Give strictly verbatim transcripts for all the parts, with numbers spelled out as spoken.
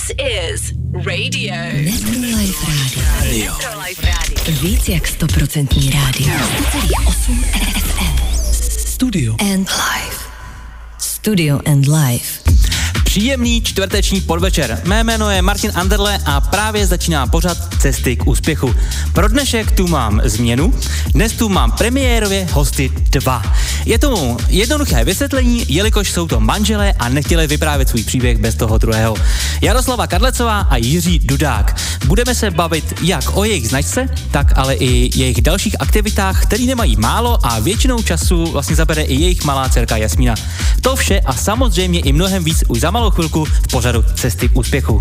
This is Radio. Metrolife Radio. Metrolife Radio. Víc jak stoprocentní rádio. sto celá osm F M. Studio and Live. Studio and Live. Příjemný čtvrteční podvečer. Mé jméno je Martin Anderle a právě začíná pořad Cesty k úspěchu. Pro dnešek tu mám změnu. Dnes tu mám premiérově hosty dva. Je tomu jednoduché vysvětlení, jelikož jsou to manželé a nechtěli vyprávět svůj příběh bez toho druhého. Jaroslava Kadlecová a Jiří Dudák. Budeme se bavit jak o jejich značce, tak ale i jejich dalších aktivitách, které nemají málo a většinou času vlastně zabere i jejich malá dcerka Jasmína. To vše a samozřejmě i mnohem víc už za malou chvilku v pořadu Cesty k úspěchu.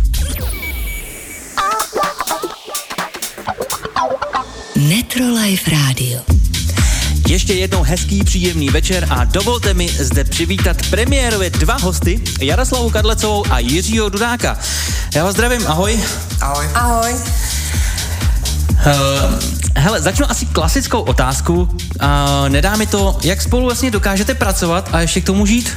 Metrolife Radio. Ještě jednou hezký, příjemný večer a dovolte mi zde přivítat premiérově dva hosty, Jaroslavu Kadlecovou a Jiřího Dudáka. Já vás zdravím, ahoj. Ahoj. Ahoj. Uh, hele, začnu asi klasickou otázku. Uh, nedá mi to, jak spolu vlastně dokážete pracovat a ještě k tomu žít?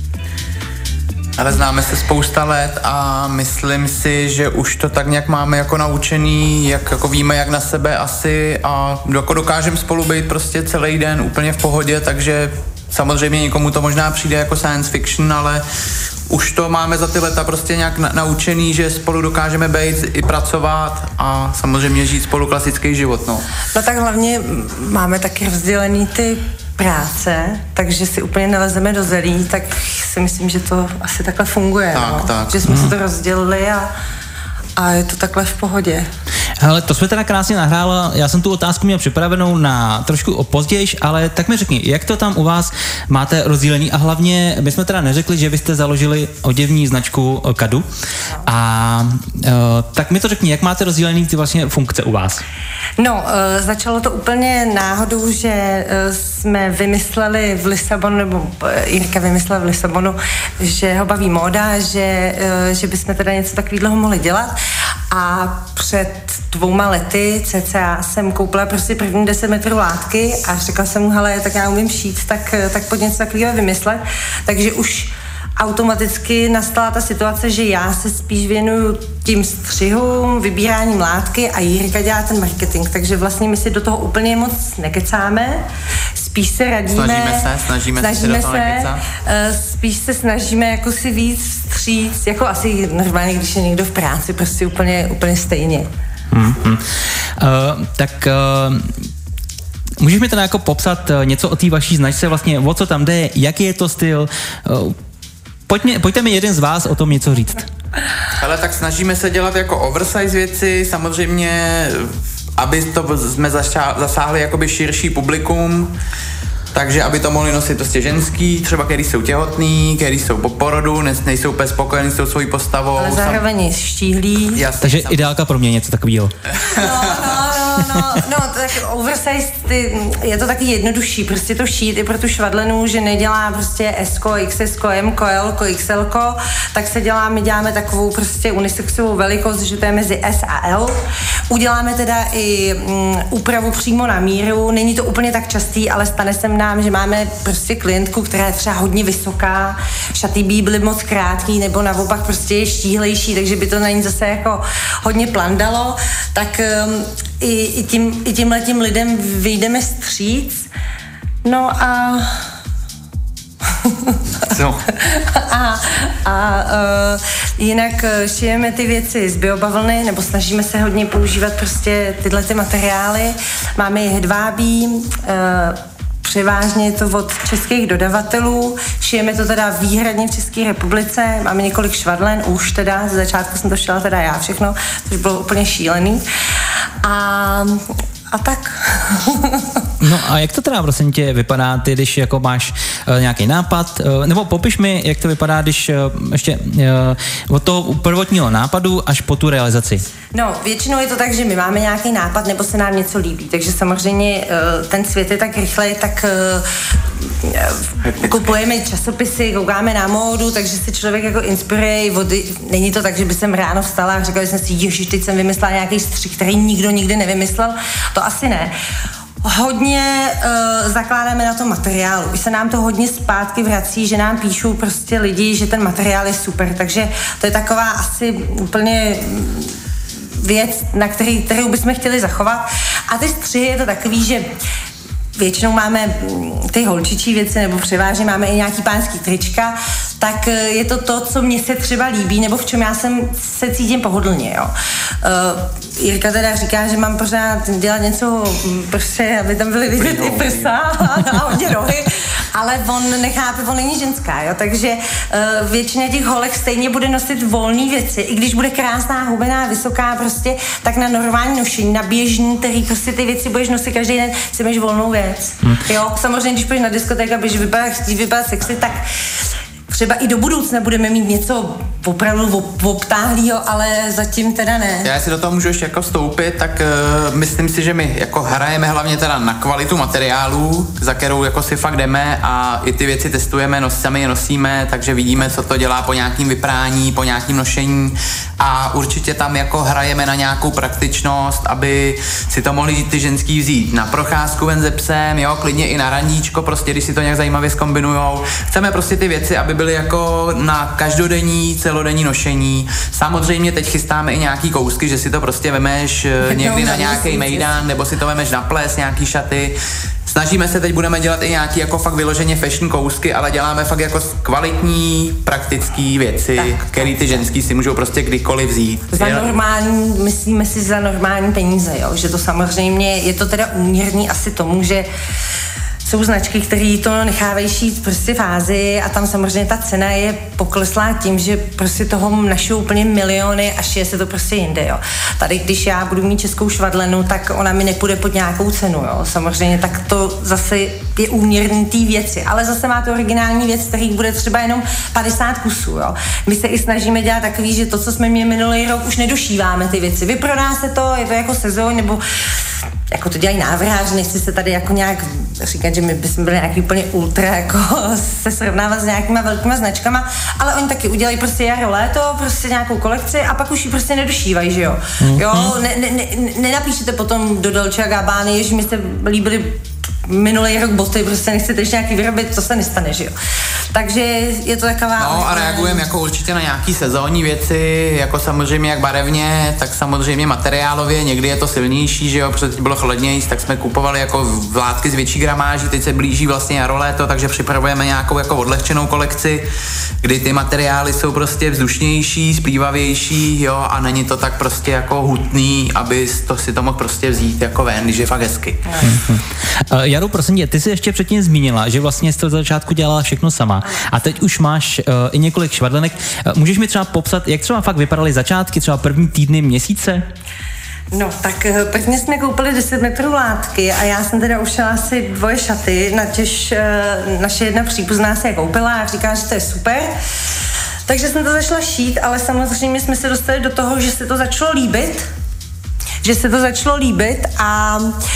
Ale známe se spousta let a myslím si, že už to tak nějak máme jako naučený, jak jako víme jak na sebe asi a jako dokážeme spolu být prostě celý den úplně v pohodě, takže samozřejmě někomu to možná přijde jako science fiction, ale už to máme za ty leta prostě nějak na- naučený, že spolu dokážeme být i pracovat a samozřejmě žít spolu klasický život, no. No tak hlavně máme taky rozdělený ty práce, takže si úplně nelezeme do zelí, tak si myslím, že to asi takhle funguje, tak, no. tak. Že jsme hmm. se to rozdělili a, a je to takhle v pohodě. Ale to jsme teda krásně nahrála, já jsem tu otázku měl připravenou na trošku o pozdějš, ale tak mi řekni, jak to tam u vás máte rozdílený a hlavně my jsme teda neřekli, že vy jste založili oděvní značku Kadu a uh, tak mi to řekni, jak máte rozdílený ty vlastně funkce u vás? No, uh, začalo to úplně náhodou, že uh, jsme vymysleli v Lisabonu, nebo uh, Jirka vymyslela v Lisabonu, že ho baví móda, že, uh, že bychom teda něco takového mohli dělat a před dvouma lety cca jsem koupila prostě první deset metrů látky a řekla jsem mu, hele, tak já umím šít, tak, tak pod něco takového vymyslet, takže už automaticky nastala ta situace, že já se spíš věnuju tím střihům, vybíráním látky a Jirka dělá ten marketing, takže vlastně my si do toho úplně moc nekecáme, spíš se radíme. Snažíme se, snažíme, snažíme se, se spíš se snažíme jako si víc vstříct, jako asi normálně, když je někdo v práci, prostě úplně, úplně stejně. Mm-hmm. Uh, tak uh, můžeš mi teda jako popsat uh, něco o té vaší značce, vlastně o co tam jde, jaký je to styl? Uh, pojďme, pojďte mi jeden z vás o tom něco říct. Ale tak snažíme se dělat jako oversize věci, samozřejmě, aby to jsme zasáhli jakoby širší publikum, takže aby to mohli nosit prostě ženský, třeba který jsou těhotný, který jsou po porodu, ne, nejsou úplně spokojení s tou svojí postavou. Ale zároveň štíhlí. Jasný, takže sam... ideálka pro mě něco takového. No, no, no, no, no, tak oversize, ty, je to taky jednodušší, prostě to šít i pro tu švadlenu, že nedělá prostě S-ko, X S, M-ko, L-ko, X L-ko, tak se dělá, my děláme takovou prostě unisexovou velikost, že to je mezi S a L. Uděláme teda i um, úpravu přímo na míru, není to úplně tak častý, ale stane se nám, že máme prostě klientku, která je třeba hodně vysoká, šaty by byly moc krátký, nebo naopak prostě je štíhlejší, takže by to na ní zase jako hodně plandalo, tak um, i, i, tím, i tímhletím lidem vyjdeme vstříc. No a... No. a, a uh, jinak šijeme ty věci z biobavlny, nebo snažíme se hodně používat prostě tyhle ty materiály. Máme je hedvábí, uh, převážně je to od českých dodavatelů, šijeme to teda výhradně v České republice, máme několik švadlen, už teda, ze začátku jsem to šila teda já všechno, což bylo úplně šílený. A, a tak. No a jak to teda prosím tě vypadá, ty, když jako máš uh, nějaký nápad, uh, nebo popiš mi, jak to vypadá, když uh, ještě uh, od toho prvotního nápadu až po tu realizaci. No, většinou je to tak, že my máme nějaký nápad, nebo se nám něco líbí, takže samozřejmě uh, ten svět je tak rychlej, tak uh, kupujeme časopisy, koukáme na módu, takže si člověk jako inspiruje vody. Není to tak, že by jsem ráno vstala a řekla jsem si, ježiš, teď jsem vymyslela nějaký střih, který nikdo nikdy nevymyslel, to asi ne. Hodně uh, zakládáme na tom materiálu. Už se nám to hodně zpátky vrací, že nám píšou prostě lidi, že ten materiál je super, takže to je taková asi úplně věc, na který, kterou bychom chtěli zachovat. A ty střihy je to takový, že většinou máme ty holčičí věci, nebo převážně máme i nějaký pánský trička, tak je to to, co mně se třeba líbí, nebo v čem já jsem se cítím pohodlně, jo. Uh, Jirka teda říká, že mám pořád dělat něco, prostě, aby tam byly vidět ty prsa a hodně rohy, ale on nechápe, on není ženská, jo, takže uh, většina těch holek stejně bude nosit volné věci, i když bude krásná, hubená, vysoká, prostě, tak na normální nošení, na běžný, který prostě ty věci budeš nosit každý den, si máš volnou věc. Hmm. Jo, samozřejmě, když půjdeš na diskotéku a běž vypadat, chtít vypadat sexy, tak třeba i do budoucna budeme mít něco opravdu obtáhlýho, ale zatím teda ne. Já si do toho můžu ještě jako vstoupit, tak uh, myslím si, že my jako hrajeme hlavně teda na kvalitu materiálů, za kterou jako si fakt jdeme a i ty věci testujeme, nos, sami je nosíme, takže vidíme, co to dělá po nějakým vyprání, po nějakým nošení a určitě tam jako hrajeme na nějakou praktičnost, aby si to mohli ty ženský vzít na procházku ven se psem, jo, klidně i na randíčko, prostě když si to nějak zajímavě zkombinujou. Chceme prostě ty věci, aby byly jako na každodenní, celodenní nošení. Samozřejmě teď chystáme i nějaký kousky, že si to prostě vemeš někdy na nějaký mejdán, nebo si to vemeš na ples, nějaký šaty. Snažíme se, teď budeme dělat i nějaký jako fakt vyloženě fashion kousky, ale děláme fakt jako kvalitní, praktický věci, které ty ženský si můžou prostě kdykoliv vzít. Za normální, myslíme si za normální peníze, jo, že to samozřejmě, je to teda úměrný asi tomu, že jsou značky, které to nechávají šít prostě fázi a tam samozřejmě ta cena je pokleslá tím, že prostě toho našou úplně miliony a šije se to prostě jinde, jo. Tady, když já budu mít českou švadlenu, tak ona mi nepůjde pod nějakou cenu, jo. Samozřejmě tak to zase je úměrný té věci, ale zase má to originální věc, který bude třeba jenom padesát kusů, jo. My se i snažíme dělat takový, že to, co jsme měli minulý rok, už nedošíváme ty věci. Vyprodá se to, je to jako sezóň, nebo jako to dělají návrháři, nechci se tady jako nějak říkat, že my bychom byli nějaký úplně ultra, jako se srovnávat s nějakýma velkýma značkama, ale oni taky udělají prostě jaro, léto, prostě nějakou kolekci a pak už ji prostě nedošívají, že jo. Jo, ne, ne, ne, nenapíšete potom do Dolce a Gabbany, ježi mi se líbily minulý rok boty, prostě nechcete ještě nějaký vyrobit, to se nestane, že jo. Takže je to taková... No a reagujeme jako určitě na nějaký sezónní věci, jako samozřejmě jak barevně, tak samozřejmě materiálově, někdy je to silnější, že jo, protože teď bylo chladnější, tak jsme kupovali jako vlátky z větší gramáží, teď se blíží vlastně jaro, léto, takže připravujeme nějakou jako odlehčenou kolekci, kdy ty materiály jsou prostě vzdušnější, splývavější, jo, a není to tak prostě jako hutný, aby to si to mohl prostě vzít jako ven, když je fakt hezky. Uh, Jaru, prosím tě, ty jsi ještě předtím zmínila, že vlastně jsi to za začátku dělala všechno sama a teď už máš uh, i několik švadlenek. Uh, můžeš mi třeba popsat, jak třeba fakt vypadaly začátky, třeba první týdny, měsíce? No, tak prvně jsme koupili deset metrů látky a já jsem teda ušila asi dvoje šaty, natěž naše jedna příbuzná si je koupila a říká, že to je super. Takže jsem to začala šít, ale samozřejmě jsme se dostali do toho, že se to začalo líbit, že se to začalo líbit a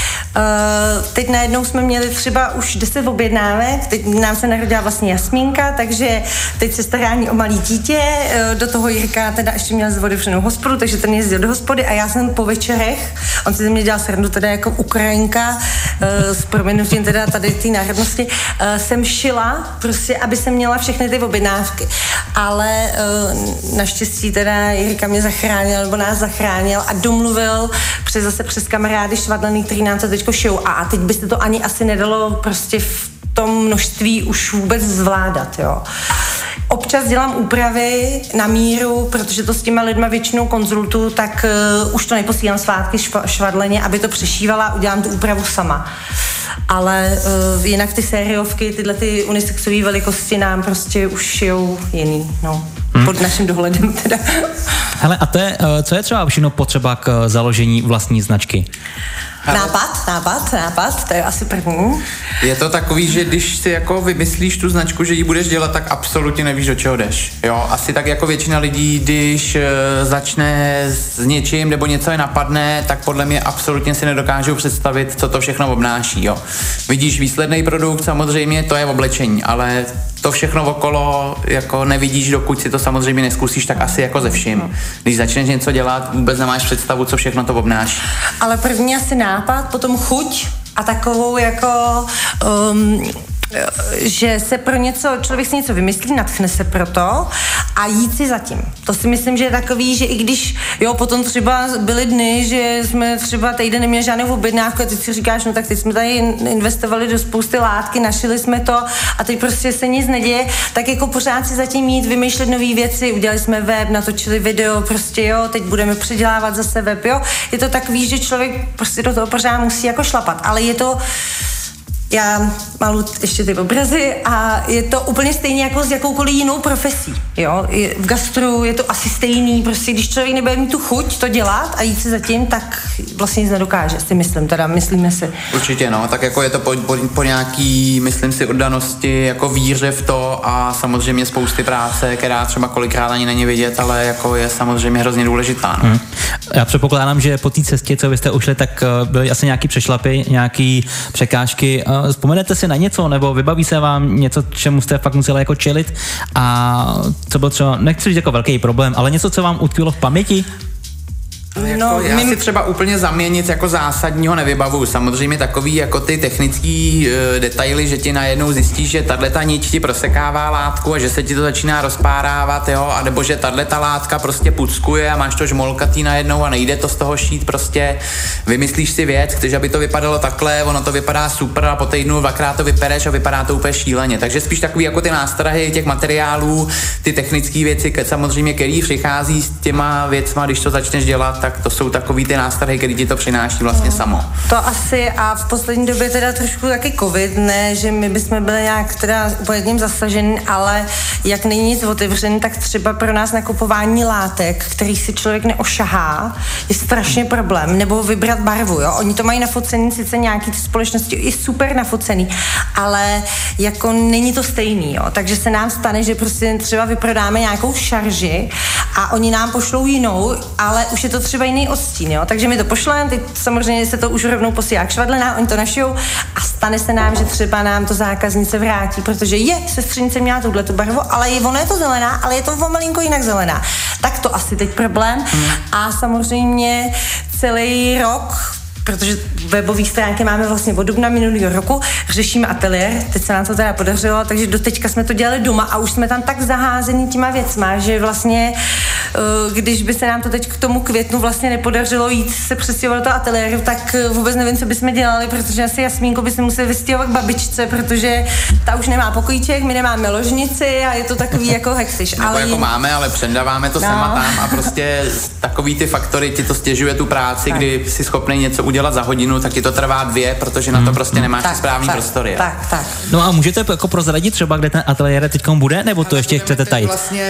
Uh, teď najednou jsme měli třeba už deset objednávek, teď nám se narodila vlastně Jasmínka, takže teď se starání o malý dítě, uh, do toho Jirka teda ještě měl otevřenou hospodu, takže ten jezdil do hospody a já jsem po večerech, on si ze mě dělal srandu teda jako Ukrajinka, uh, s proměnutím teda tady té národnosti, uh, jsem šila prostě, aby jsem měla všechny ty objednávky, ale uh, naštěstí teda Jirka mě zachránil, nebo nás zachránil a domluvil přes zase přes kamarády švadlený, který nám to teď šijou. A teď byste to ani asi nedalo prostě v tom množství už vůbec zvládat, jo. Občas dělám úpravy na míru, protože to s těma lidma většinou konzultuju, tak uh, už to neposílám svátky šva, švadleně, aby to přešívala, udělám tu úpravu sama. Ale uh, jinak ty sériovky, tyhle ty unisexové velikosti nám prostě už šijou jiný, no. Hmm. Pod naším dohledem teda. Hele, a to je, co je třeba všechno potřeba k založení vlastní značky? Nápad, nápad, nápad, to je asi první. Je to takový, že když si jako vymyslíš tu značku, že ji budeš dělat, tak absolutně nevíš, do čeho jdeš. Jo, asi tak jako většina lidí, když uh, začne s něčím nebo něco je napadne, tak podle mě absolutně si nedokážou představit, co to všechno obnáší, jo. Vidíš výsledný produkt, samozřejmě to je oblečení, ale to všechno okolo jako nevidíš, dokud si to samozřejmě neskusíš, tak asi jako ze vším. Když začneš něco dělat, vůbec nemáš představu, co všechno to obnáší. Ale první asi nápad, potom chuť, a takovou jako... Um, že se pro něco, člověk si něco vymyslí, natchne se pro to a jít si zatím. To si myslím, že je takový, že i když, jo, potom třeba byly dny, že jsme třeba týden neměli žádnou objednávku a teď si říkáš, no tak teď jsme tady investovali do spousty látky, našili jsme to a teď prostě se nic neděje, tak jako pořád si zatím jít, vymýšlet nové věci, udělali jsme web, natočili video, prostě jo, teď budeme předělávat zase web, jo. Je to takový, že člověk prostě do toho pořád musí jako šlapat, ale je to já malu ještě ty obrazy a je to úplně stejně jako s jakoukoliv jinou profesí, jo. V gastru je to asi stejný, prostě když člověk nebude mít tu chuť to dělat a jít se zatím, tak vlastně nic nedokáže, si myslím, teda myslíme si. Určitě, no, tak jako je to po, po, po nějaký, myslím si, oddanosti, jako víře v to a samozřejmě spousty práce, která třeba kolikrát ani není vidět, ale jako je samozřejmě hrozně důležitá, no. Hmm. Já předpokládám, že po té cestě, co vy jste ušli, tak byly asi nějaký přešlapy, nějaký překážky. Vzpomenete si na něco, nebo vybaví se vám něco, čemu jste fakt museli jako čelit a co byl třeba, nechci říct jako velký problém, ale něco, co vám utkvělo v paměti? No, jako já my... si třeba úplně zaměnit jako zásadního nevybavuju. Samozřejmě takový jako ty technický e, detaily, že ti najednou zjistíš, že tato niť ti prosekává látku a že se ti to začíná rozpárávat, jo, a nebo že tato látka prostě puckuje a máš to žmolkatý najednou a nejde to z toho šít, prostě vymyslíš si věc, chceš, aby to vypadalo takhle, ono to vypadá super a po týdnu dvakrát to vypereš a vypadá to úplně šíleně. Takže spíš takový jako ty nástrahy těch materiálů, ty technické věci, samozřejmě, který přichází s těma věcma, když to začneš dělat, tak to jsou takový ty nástrahy, který ti to přináší vlastně no, samo. To asi a v poslední době teda trošku taky covid, ne, že my bychom byli nějak teda úplně tím zasaženi, ale jak není nic otevřený, tak třeba pro nás nakupování látek, který si člověk neošahá, je strašně problém, nebo vybrat barvu, jo. Oni to mají nafocený, sice nějaký ty společnosti i super nafocený, ale jako není to stejný, jo. Takže se nám stane, že prostě třeba vyprodáme nějakou šarži a oni nám pošlou jinou, ale už je to třeba jiný odstín, jo. Takže my to pošleme, teď samozřejmě se to už rovnou posílá k švadlenám, oni to našijou a stane se nám, že třeba nám to zákaznice vrátí, protože je, sestřenice měla tuhletu barvu, ale je, ono je to zelená, ale je to o malinko jinak zelená. Tak to asi teď problém. Hmm. A samozřejmě celý rok, protože webové stránky máme vlastně od dubna minulého roku, řešíme ateliér, teď se nám to teda podařilo, takže do teďka jsme to dělali doma a už jsme tam tak zaházený těma věcma, že vlastně, když by se nám to teď k tomu květnu vlastně nepodařilo jít se přestěhovat do toho ateliéru, tak vůbec nevím, co bychom dělali, protože asi Jasmínko by se museli vystěhovat k babičce, protože ta už nemá pokojíček, my nemáme ložnici a je to takový jako hektiš. Ale jako jen... máme, ale předáváme to no. sem a tam a prostě takový ty faktory ti to stěžuje tu práci, tak. Kdy jsi schopný něco udělat za hodinu, tak ti to trvá dvě, protože na to prostě nemáš tak, správný tak, prostory. Tak, tak. No a můžete jako prozradit třeba, kde ten ateliér teďkom bude, nebo to ještě chcete tajit? Vlastně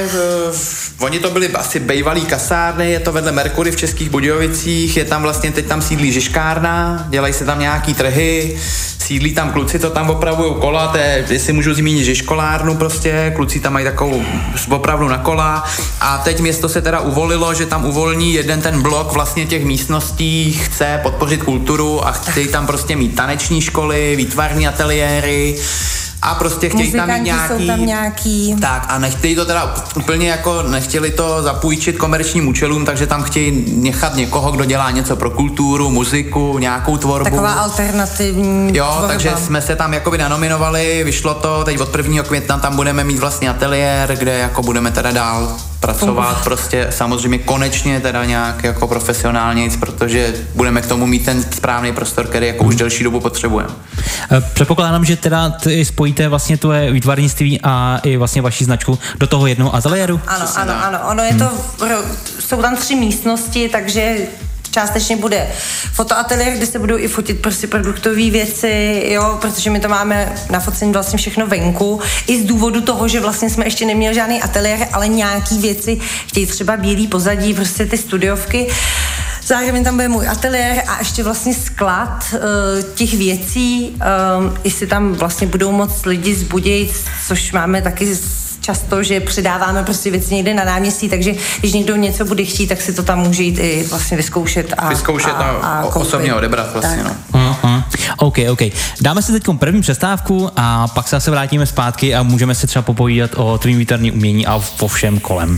v, oni to byli asi bejvalý kasárny, je to vedle Merkury v Českých Budějovicích, je tam vlastně, teď tam sídlí žiškárna, dělají se tam nějaký trhy, sídlí tam kluci, co tam opravujou kola, to je, jestli můžu zmínit žiškolárnu prostě, kluci tam mají takovou opravdu na kola a teď město se teda uvolilo, že tam uvolní jeden ten blok vlastně těch místností, chce podpořit kulturu a chtějí tam prostě mít taneční školy, výtvarní ateliéry a prostě chtějí tam mít nějaký... jsou tam nějaký... Tak a nechtějí to teda úplně jako, nechtěli to zapůjčit komerčním účelům, takže tam chtějí nechat někoho, kdo dělá něco pro kulturu, muziku, nějakou tvorbu. Taková alternativní Jo, tvorba. Takže jsme se tam jakoby nanominovali, vyšlo to, teď od prvního května tam budeme mít vlastně ateliér, kde jako budeme teda dál pracovat, prostě samozřejmě konečně teda nějak jako profesionálně, protože budeme k tomu mít ten správný prostor, který jako už delší dobu potřebujeme. Předpokládám, že teda ty spojíte vlastně tvoje výtvarnictví a i vlastně vaši značku do toho jednoho ateliéru? Ano, ano, ano, ono je to, jsou tam tři místnosti, takže částečně bude fotoateliér, kde se budou i fotit prostě produktové věci, jo, protože my to máme nafocení vlastně všechno venku, i z důvodu toho, že vlastně jsme ještě neměli žádný ateliér, ale nějaký věci, chtějí třeba bílý pozadí, prostě ty studiovky. Zároveň tam bude můj ateliér a ještě vlastně sklad uh, těch věcí, uh, jestli tam vlastně budou moc lidi z Budějic, což máme taky často, že předáváme prostě věci někde na náměstí, takže když někdo něco bude chtít, tak si to tam může jít i vlastně vyzkoušet a Vyzkoušet a, a, a osobně odebrat vlastně, tak. No. Uh-huh. OK, OK. Dáme si teď první přestávku a pak se zase vrátíme zpátky a můžeme si třeba popovídat o tvým výtvarným umění a o všem kolem.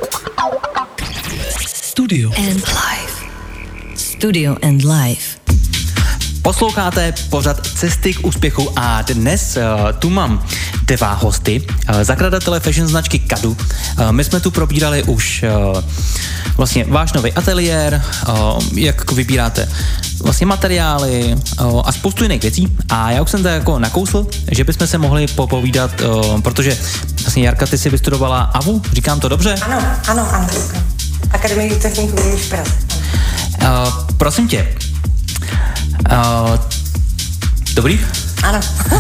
Studio and Life. Studio and Life. Posloucháte pořad Cesty k úspěchu a dnes uh, tu mám dva hosty, uh, zakladatele fashion značky Kadu. Uh, my jsme tu probírali už uh, vlastně váš nový ateliér, uh, jak vybíráte vlastně materiály uh, a spoustu jiných věcí. A já už jsem to jako nakousl, že bychom se mohli popovídat, uh, protože vlastně Jarka, ty si vystudovala A V U, říkám to dobře? Ano, ano, ano. Akademii techniků umění v Praze. Uh, prosím tě, uh, dobrý? Ano.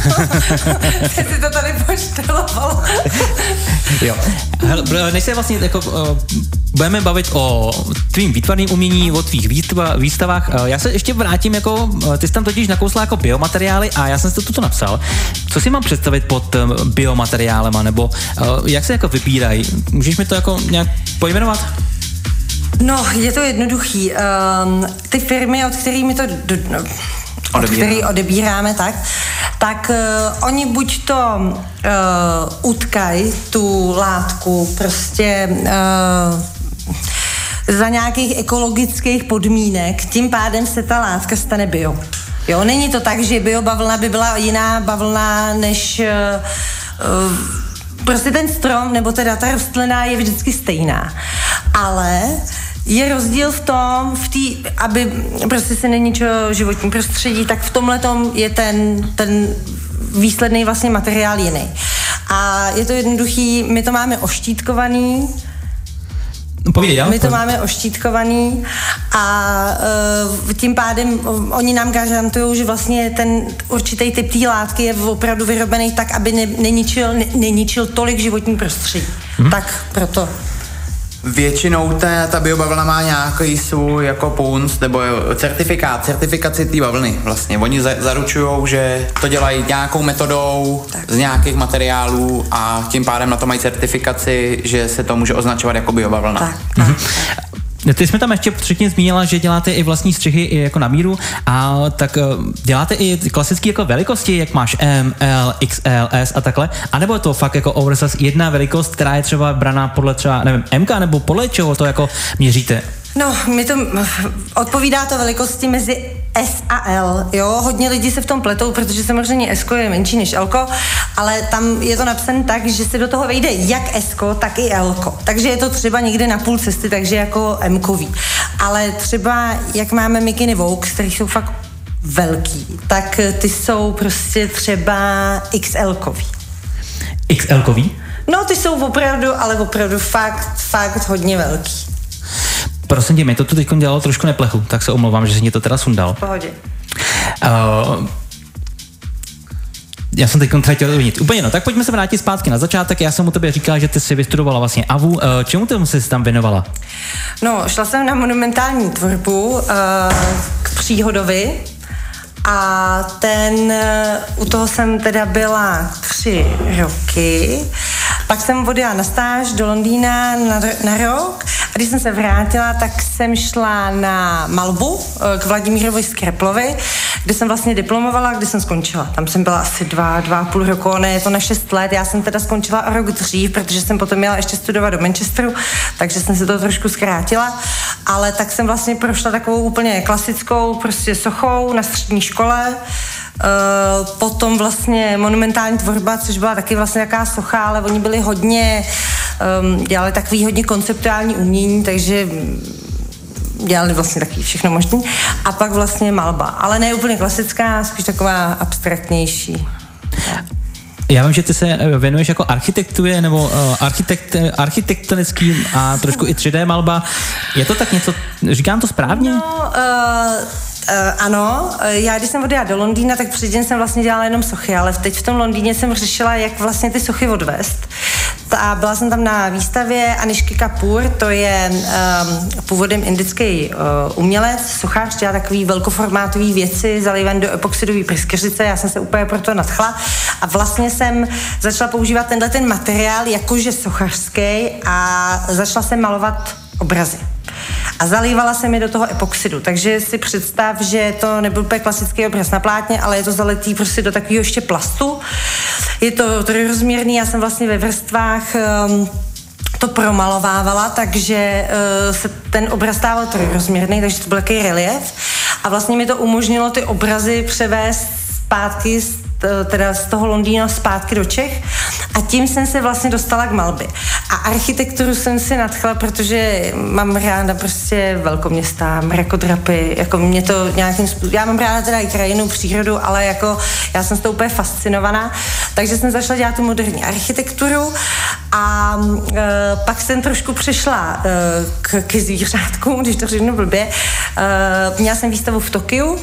Ty si to tady pošteloval. Jo. Hele, než se vlastně jako, uh, budeme bavit o tvým výtvarným umění, o tvých výstava, výstavách, uh, já se ještě vrátím jako, uh, ty jsi tam totiž nakousla jako biomateriály a já jsem si to tuto napsal. Co si mám představit pod uh, biomateriálema, nebo uh, jak se jako vybírají? Můžeš mi to jako nějak pojmenovat? No, je to jednoduchý. Um, ty firmy, od kterými to... Do, no, od který odebíráme, tak, tak uh, oni buď to uh, utkají tu látku prostě uh, za nějakých ekologických podmínek, tím pádem se ta látka stane bio. Jo, není to tak, že biobavlna by byla jiná bavlna než uh, uh, prostě ten strom, nebo teda ta rostlina je vždycky stejná. Ale je rozdíl v tom, v tý, aby prostě se neničilo životní prostředí, tak v tomhletom je ten, ten výsledný vlastně materiál jiný. A je to jednoduchý, my to máme oštítkovaný, Povídej, já? My to máme oštítkovaný a uh, tím pádem uh, oni nám garantují, že vlastně ten určitý typ té látky je opravdu vyrobený tak, aby ne, neničil, ne, neničil tolik životní prostředí. Hmm. Tak proto. Většinou ta, ta biobavlna má nějaký svůj jako punc nebo certifikát, certifikaci té bavlny vlastně. Oni za, zaručujou, že to dělají nějakou metodou tak. z nějakých materiálů a tím pádem na to mají certifikaci, že se to může označovat jako biobavlna. Tak, tak. Mhm. Ty jsi mi tam ještě předtím zmínila, že děláte i vlastní střihy i jako na míru, a tak děláte i klasické jako velikosti, jak máš M, L, X L, S a takhle, anebo je to fakt jako oversize jedna velikost, která je třeba braná podle třeba, nevím, M K, nebo podle čeho to jako měříte? No, mi to odpovídá to velikosti mezi S a L, jo, hodně lidí se v tom pletou, protože samozřejmě S je menší než L, ale tam je to napsané tak, že se do toho vejde jak S, tak i L, takže je to třeba někde na půl cesty, takže jako M-kový. Ale třeba, jak máme mikiny Vogue, které jsou fakt velký, tak ty jsou prostě třeba X L-kový. X L-kový? No, ty jsou opravdu, ale opravdu fakt, fakt hodně velký. Prosím tě, mi to tu teď dělalo trošku neplechu, tak se omlouvám, že jsi mě to teda sundal. V pohodě. Uh, já jsem teď chtěl uvidit. Úplně no, tak pojďme se vrátit zpátky na začátek. Já jsem u tebe říkala, že ty jsi vystudovala vlastně A V U. Uh, čemu ty jsi tam věnovala? No, šla jsem na monumentální tvorbu uh, k Příhodovi a ten, u toho jsem teda byla tři roky. Pak jsem odjela na stáž do Londýna na, na rok a když jsem se vrátila, tak jsem šla na malbu k Vladimírovi Skreplovi, kde jsem vlastně diplomovala, kde jsem skončila. Tam jsem byla asi dva, dva a půl roku, ne, je to na šest let. Já jsem teda skončila o rok dřív, protože jsem potom měla ještě studovat do Manchesteru, takže jsem si to trošku zkrátila. Ale tak jsem vlastně prošla takovou úplně klasickou prostě sochou na střední škole. Uh, potom vlastně monumentální tvorba, což byla taky vlastně taková socha, ale oni byli hodně, um, dělali takový hodně konceptuální umění, takže dělali vlastně taky všechno možný. A pak vlastně malba, ale ne úplně klasická, spíš taková abstraktnější. Já vím, že ty se věnuješ jako architektuře nebo uh, architekt, architektonický a trošku i tři dé malba. Je to tak něco, říkám to správně? No, uh, Uh, ano, já když jsem odjela do Londýna, tak předtím jsem vlastně dělala jenom sochy, ale teď v tom Londýně jsem řešila, jak vlastně ty sochy odvést. A byla jsem tam na výstavě Anišky Kapoor, to je um, původem indický uh, umělec, sochař, dělá takový velkoformátový věci, zalívaný do epoxidové pryskyřice, já jsem se úplně proto nadchla a vlastně jsem začala používat tenhle ten materiál jakože sochařský a začala jsem malovat obrazy. A zalívala se mi do toho epoxidu, takže si představ, že to nebyl úplně klasický obraz na plátně, ale je to zaletý prostě do takového ještě plastu. Je to trojrozměrný, já jsem vlastně ve vrstvách um, to promalovávala, takže uh, se ten obraz stával trojrozměrný, takže to byl takový relief. a vlastně mi to umožnilo ty obrazy převést zpátky z teda z toho Londýna zpátky do Čech a tím jsem se vlastně dostala k malbě. A architekturu jsem si nadchla, protože mám ráda prostě velkoměsta, mrakodrapy, jako mě to nějakým způsobem, já mám ráda teda i krajinu, přírodu, ale jako já jsem s tou úplně fascinovaná, takže jsem začala dělat tu moderní architekturu a e, pak jsem trošku přešla e, k, k zvířátkům, když to řeknu blbě. E, měla jsem výstavu v Tokiu,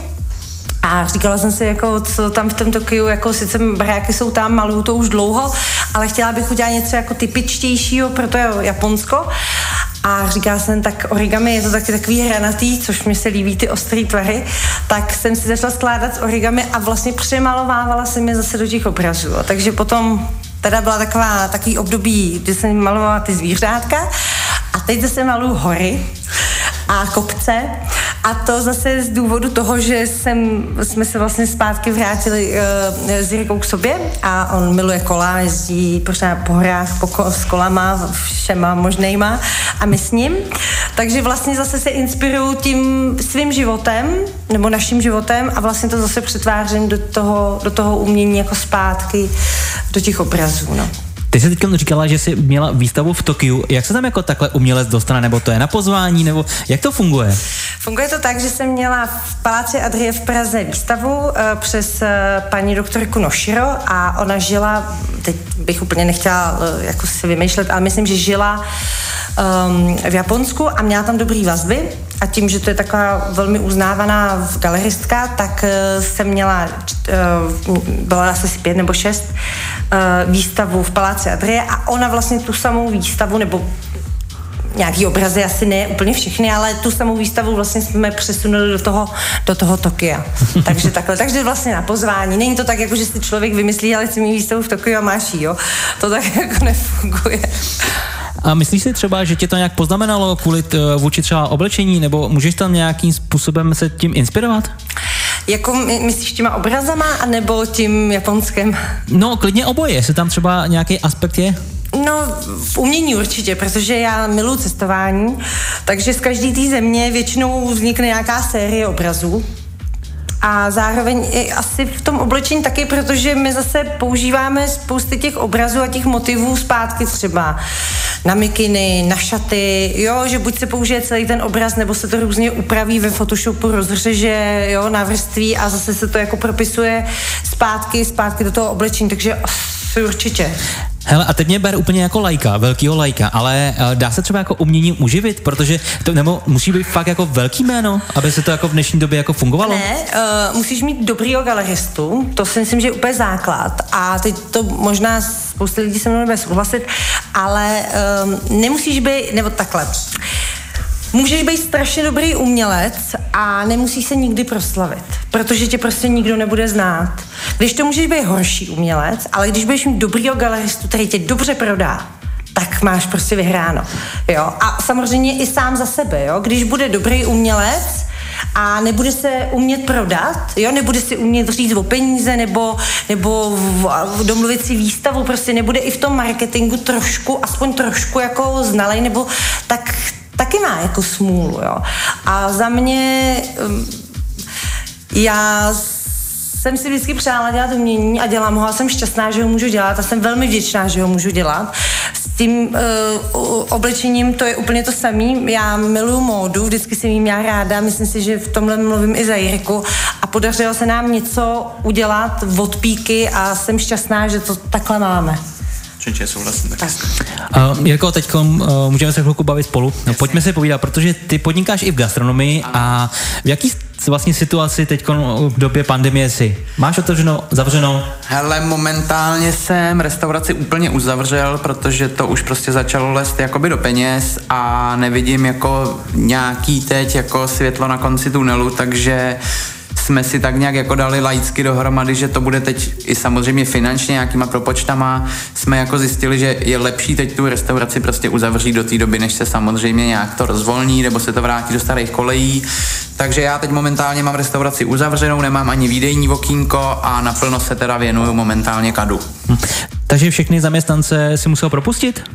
a říkala jsem si, jako, co tam v tom Tokiu, jako sice baráky jsou tam, maluju to už dlouho, ale chtěla bych udělat něco jako typičtějšího pro to Japonsko. A říkala jsem, tak origami je to taky takový hranatý, což mi se líbí ty ostrý tvary, tak jsem si začala skládat z origami a vlastně přemalovávala jsem je zase do těch obrazů. Takže potom teda byla taková, takový období, kdy jsem malovala ty zvířátka a teď zase maluju hory a kopce. A to zase z důvodu toho, že jsem, jsme se vlastně zpátky vrátili uh, s Jirkou k sobě a on miluje kola, jezdí pořád po horách po ko- s kolama, všema možnejma a my s ním. Takže vlastně zase se inspiruju tím svým životem, nebo naším životem a vlastně to zase přetvářím do toho, do toho umění jako zpátky do těch obrazů, no. Ty jsi teď říkala, že jsi měla výstavu v Tokiu. Jak se tam jako takhle umělec dostane? Nebo to je na pozvání? Nebo jak to funguje? Funguje to tak, že jsem měla v Paláci Adrie v Praze výstavu uh, přes uh, paní doktorku Noshiro a ona žila, teď bych úplně nechtěla uh, jako si vymýšlet, ale myslím, že žila um, v Japonsku a měla tam dobrý vazby a tím, že to je taková velmi uznávaná galeristka, tak uh, jsem měla, uh, byla asi pět nebo šest uh, výstavu v Paláci Adrie a ona vlastně tu samou výstavu, nebo nějaký obrazy, asi ne úplně všechny, ale tu samou výstavu vlastně jsme přesunuli do toho, do toho Tokia. Takže takhle, takže vlastně na pozvání. Není to tak, jako že si člověk vymyslí, ale chci mít výstavu v Tokiu a máš jí, jo. To tak jako nefunguje. A myslíš si třeba, že tě to nějak poznamenalo kvůli t, vůči třeba oblečení, nebo můžeš tam nějakým způsobem se tím inspirovat? Jako my, myslíš těma obrazama, anebo tím Japonskem? No, klidně oboje, jestli tam třeba nějaký aspekt je. No, v umění určitě, protože já miluji cestování, takže z každé té země většinou vznikne nějaká série obrazů. A zároveň i asi v tom oblečení taky, protože my zase používáme spousty těch obrazů a těch motivů zpátky třeba na mikiny, na šaty, jo, že buď se použije celý ten obraz, nebo se to různě upraví ve Photoshopu, rozřeže, jo, na vrství a zase se to jako propisuje zpátky, zpátky do toho oblečení, takže asi určitě. Hele, a teď mě ber úplně jako lajka, velkýho lajka, ale uh, dá se třeba jako uměním uživit, protože to, nebo musí být fakt jako velký jméno, aby se to jako v dnešní době jako fungovalo? Ne, uh, musíš mít dobrýho galeristu, to si myslím, že je úplně základ a teď to možná spousta lidí se mnou nebude souhlasit, ale um, nemusíš být, nebo takhle, můžeš být strašně dobrý umělec a nemusíš se nikdy proslavit, protože tě prostě nikdo nebude znát. Když to můžeš být horší umělec, ale když budeš mít dobrýho galeristu, který tě dobře prodá, tak máš prostě vyhráno. Jo? A samozřejmě i sám za sebe, jo? Když bude dobrý umělec a nebude se umět prodat, jo? Nebude si umět říct o peníze nebo, nebo v, v domluvit si výstavu, prostě nebude i v tom marketingu trošku, aspoň trošku jako znalej, nebo tak taky má jako smůlu, jo. A za mě já jsem si vždycky přála dělat umění a dělám ho a jsem šťastná, že ho můžu dělat a jsem velmi vděčná, že ho můžu dělat. S tím uh, oblečením to je úplně to samé. Já miluju módu, vždycky jsem jí měla ráda, myslím si, že v tomhle mluvím i za Jirku a podařilo se nám něco udělat od píky a jsem šťastná, že to takhle máme. Určitě souhlasím. Tak. Uh, Jirko, teď uh, můžeme se chvilku bavit spolu. No, pojďme si povídat, protože ty podnikáš i v gastronomii a v jaký vlastně situaci teď v době pandemie jsi? Máš otevřeno, zavřeno? Hele, momentálně jsem restauraci úplně uzavřel, protože to už prostě začalo lézt jakoby do peněz a nevidím jako nějaký teď jako světlo na konci tunelu, takže jsme si tak nějak jako dali laicky dohromady, že to bude teď i samozřejmě finančně nějakýma propočtama. Jsme jako zjistili, že je lepší teď tu restauraci prostě uzavřít do té doby, než se samozřejmě nějak to rozvolní nebo se to vrátí do starých kolejí. Takže já teď momentálně mám restauraci uzavřenou, nemám ani výdejní okýnko a naplno se teda věnuju momentálně kadu. Hm. Takže všechny zaměstnance si musel propustit?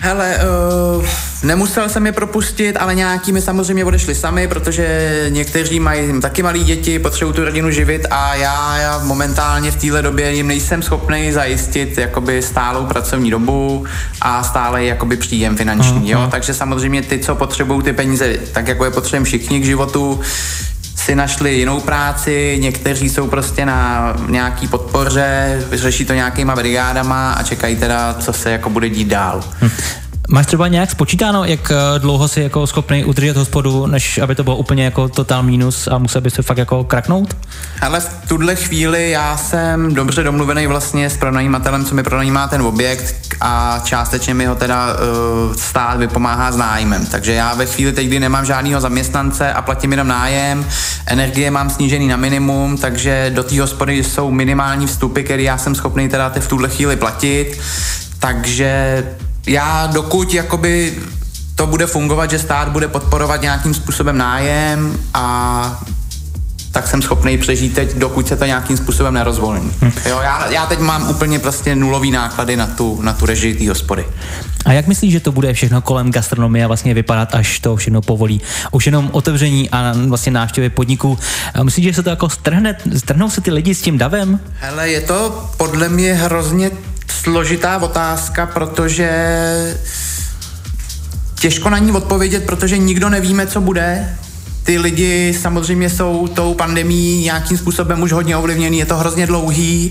Hele, uh, nemusel jsem je propustit, ale nějaký mi samozřejmě odešli sami, protože někteří mají taky malí děti, potřebují tu rodinu živit a já, já momentálně v téhle době jim nejsem schopný zajistit jakoby stálou pracovní dobu a stále jakoby příjem finanční, jo? Takže samozřejmě ty, co potřebují ty peníze, tak jako je potřebujeme všichni k životu, si našli jinou práci, někteří jsou prostě na nějaký podpoře, řeší to nějakýma brigádama a čekají teda, co se jako bude dít dál. Hm. Máš třeba nějak spočítáno, jak dlouho jsi jako schopný udržet hospodu, než aby to bylo úplně jako totál mínus a musel by se fakt jako kraknout? Ale v tuhle chvíli já jsem dobře domluvený vlastně s pronajímatelem, co mi pronajímá ten objekt a částečně mi ho teda uh, stát vypomáhá s nájmem. Takže já ve chvíli teď, kdy nemám žádného zaměstnance a platím jenom nájem, energie mám snížený na minimum, takže do té hospody jsou minimální vstupy, které já jsem schopný teda v tuhle chvíli platit, takže já dokud jakoby to bude fungovat, že stát bude podporovat nějakým způsobem nájem a tak jsem schopný přežít teď, dokud se to nějakým způsobem nerozvolní. Hm. Jo, já, já teď mám úplně prostě nulový náklady na tu, na tu režii té hospody. A jak myslíš, že to bude všechno kolem gastronomie vlastně vypadat, až to všechno povolí? Už jenom otevření a vlastně návštěvy podniků. Myslíš, že se to jako strhne, strhnou se ty lidi s tím davem? Hele, je to podle mě hrozně složitá otázka, protože těžko na ní odpovědět, protože nikdo nevíme, co bude. Ty lidi samozřejmě jsou tou pandemií nějakým způsobem už hodně ovlivněný, je to hrozně dlouhý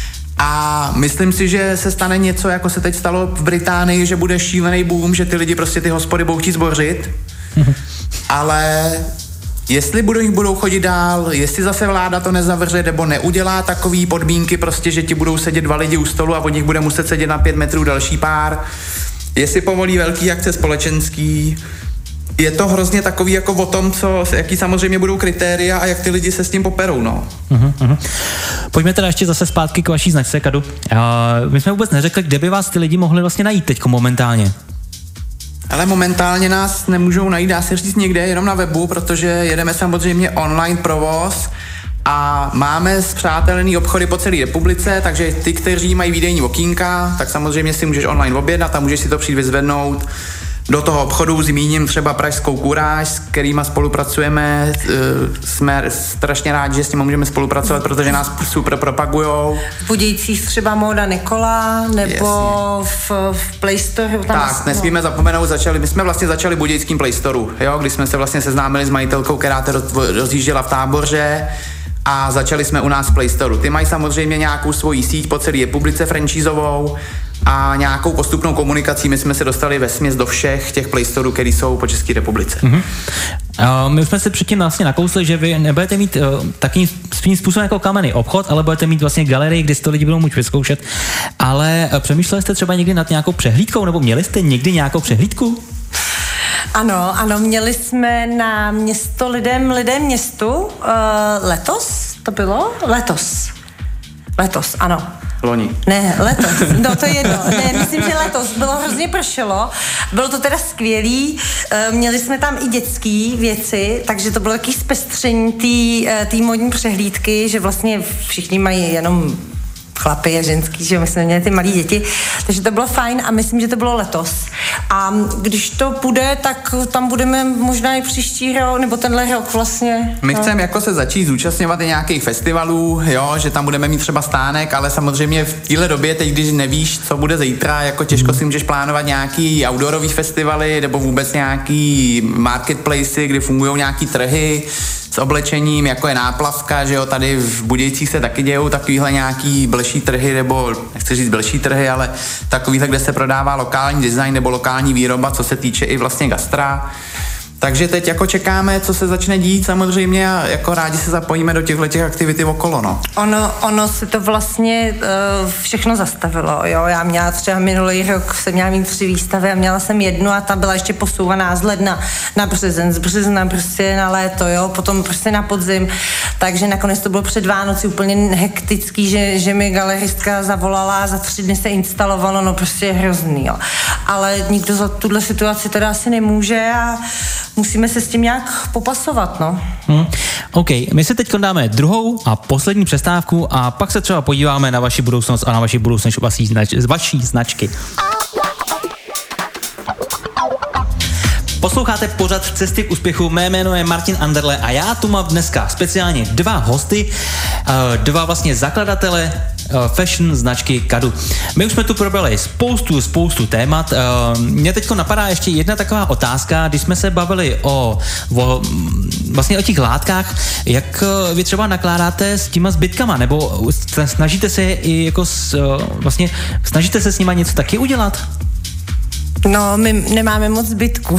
a myslím si, že se stane něco, jako se teď stalo v Británii, že bude šílený boom, že ty lidi prostě ty hospody budou chtít zbořit, mm-hmm. ale jestli budou, budou chodit dál, jestli zase vláda to nezavře nebo neudělá takový podmínky prostě, že ti budou sedět dva lidi u stolu a od nich bude muset sedět na pět metrů další pár, jestli povolí velký akce společenský, je to hrozně takový jako o tom, co, jaký samozřejmě budou kritéria a jak ty lidi se s tím poperou, no. Uh-huh, uh-huh. Pojďme teda ještě zase zpátky k vaší značce, Kadu. Uh, my jsme vůbec neřekli, kde by vás ty lidi mohli vlastně najít teďko momentálně. Ale momentálně nás nemůžou najít, dá se říct někde, jenom na webu, protože jedeme samozřejmě online provoz a máme spřátelený obchody po celé republice, takže ty, kteří mají výdejní okýnka, tak samozřejmě si můžeš online objednat a můžeš si to přijít vyzvednout. Do toho obchodu zmíním třeba Pražskou kuráž, s kterýma spolupracujeme, jsme strašně rádi, že s tím můžeme spolupracovat, protože nás super propagujou. V Budějcích třeba Móda Nikola, nebo v, v Play Store. Tak, nesmíme zapomenout, začali, my jsme vlastně začali v budějským Play Store, jo, když jsme se vlastně seznámili s majitelkou, která to rozjížděla v Táboře a začali jsme u nás v Play Store. Ty mají samozřejmě nějakou svoji síť po celé republice franšízovou, a nějakou postupnou komunikací my jsme se dostali vesměs do všech těch Play Storeů, které jsou po České republice. Mm-hmm. Uh, my jsme se předtím vlastně nakousli, že vy nebudete mít uh, takým svým způsobem jako kamenný obchod, ale budete mít vlastně galerii, kde si to lidi budou můžu vyzkoušet. Ale uh, přemýšleli jste třeba někdy nad nějakou přehlídkou, nebo měli jste někdy nějakou přehlídku? Ano, ano, měli jsme na město lidem, lidem městu uh, letos, to bylo? Letos. Letos, ano. Loni. Ne, letos, no to je jedno. Ne, myslím, že letos bylo hrozně pršelo. Bylo to teda skvělý. Měli jsme tam i dětský věci, takže to bylo takový zpestření té modní přehlídky, že vlastně všichni mají jenom chlapy a ženský, že my jsme měli ty malí děti, takže to bylo fajn a myslím, že to bylo letos. A když to půjde, tak tam budeme možná i příští rok, nebo tenhle rok vlastně. My chceme jako se začít zúčastňovat i nějakých festivalů, jo, že tam budeme mít třeba stánek, ale samozřejmě v téhle době, teď když nevíš, co bude zítra, jako těžko si můžeš plánovat nějaký outdoorový festivaly nebo vůbec nějaký marketplace, kdy fungují nějaký trhy s oblečením, jako je Náplavka, že jo, tady v Budějcích se taky dějou takovýhle nějaký blší trhy, nebo nechci říct blší trhy, ale takovýhle, kde se prodává lokální design nebo lokální výroba, co se týče i vlastně gastra. Takže teď jako čekáme, co se začne dít samozřejmě a jako rádi se zapojíme do těchto těch aktivity okolo, no. Ono, ono se to vlastně uh, všechno zastavilo, jo. Já měla třeba minulý rok, jsem měla mít tři výstavy a měla jsem jednu a ta byla ještě posouvaná z ledna na březen, z března prostě na léto, jo, potom prostě na podzim. Takže nakonec to bylo před Vánoci úplně hektický, že, že mi galeristka zavolala, za tři dny se instalovalo, no prostě hrozný, jo. Ale nikdo za tuhle situaci teda asi nemůže a musíme se s tím nějak popasovat, no. Hmm. OK, my se teď dáme druhou a poslední přestávku a pak se třeba podíváme na vaši budoucnost a na vaši budoucnost vaší, znač- vaší značky. Posloucháte pořad Cesty k úspěchu, mé jméno je Martin Anderle a já tu mám dneska speciálně dva hosty, dva vlastně zakladatele fashion značky Kadu. My už jsme tu probrali spoustu, spoustu témat. Mně teďko napadá ještě jedna taková otázka, když jsme se bavili o, o vlastně o těch látkách, jak vy třeba nakládáte s těma zbytkama, nebo snažíte se i jako s, vlastně snažíte se s nima něco taky udělat? No, my nemáme moc zbytků.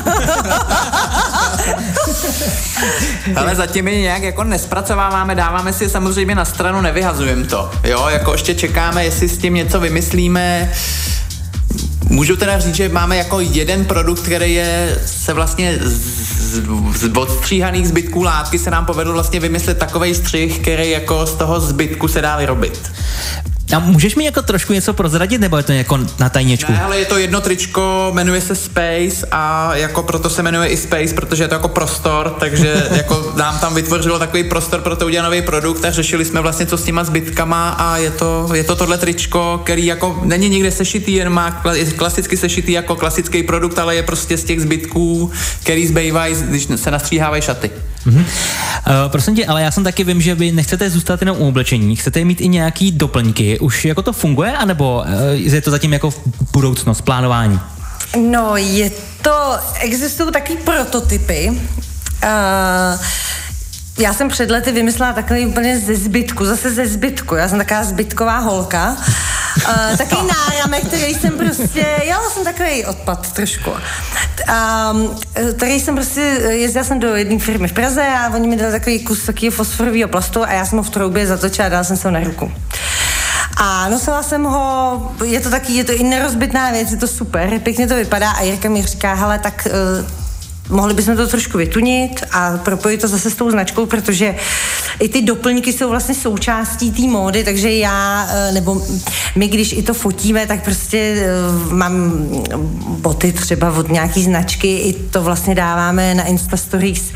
Ale zatím je nějak jako nespracováváme, dáváme si samozřejmě na stranu, nevyhazujeme to. Jo, jako ještě čekáme, jestli s tím něco vymyslíme. Můžu teda říct, že máme jako jeden produkt, který je se vlastně z, z odstříhaných zbytků látky se nám povedlo vlastně vymyslet takovej střih, který jako z toho zbytku se dá vyrobit. A můžeš mi jako trošku něco prozradit, nebo je to jako na tajněčku? Ne, ale je to jedno tričko, jmenuje se Space a jako proto se jmenuje i Space, protože je to jako prostor, takže jako nám tam vytvořilo takový prostor pro to udělat nový produkt a řešili jsme vlastně co s těma zbytkama a je to, je to tohle tričko, který jako není nikde sešitý, jen má klasicky sešitý jako klasický produkt, ale je prostě z těch zbytků, který zbývají, když se nastříhávají šaty. Mm-hmm. Uh, prosím tě, ale já jsem taky vím, že vy nechcete zůstat jenom u oblečení, chcete mít i nějaký doplňky. Už jako to funguje, anebo uh, je to zatím jako budoucnost, plánování? No, je to, existují taky prototypy. Uh, já jsem před lety vymyslela takový úplně ze zbytku, zase ze zbytku. Já jsem taková zbytková holka. Uh, takový náramek, který jsem prostě, já jsem takový odpad trošku. Um, který jsem prostě, jezdila jsem do jedné firmy v Praze a oni mi dali takový kus takového fosforového plastu a já jsem ho v troubě zatočila a dala jsem se ho na ruku. A nosila jsem ho, je to taky, je to i nerozbitná věc, je to super, pěkně to vypadá a Jirka mi říká, hele, tak uh, mohli bychom to trošku vytunit a propojit to zase s tou značkou, protože i ty doplňky jsou vlastně součástí té módy, takže já, nebo my, když i to fotíme, tak prostě mám boty třeba od nějaký značky, i to vlastně dáváme na Insta Stories,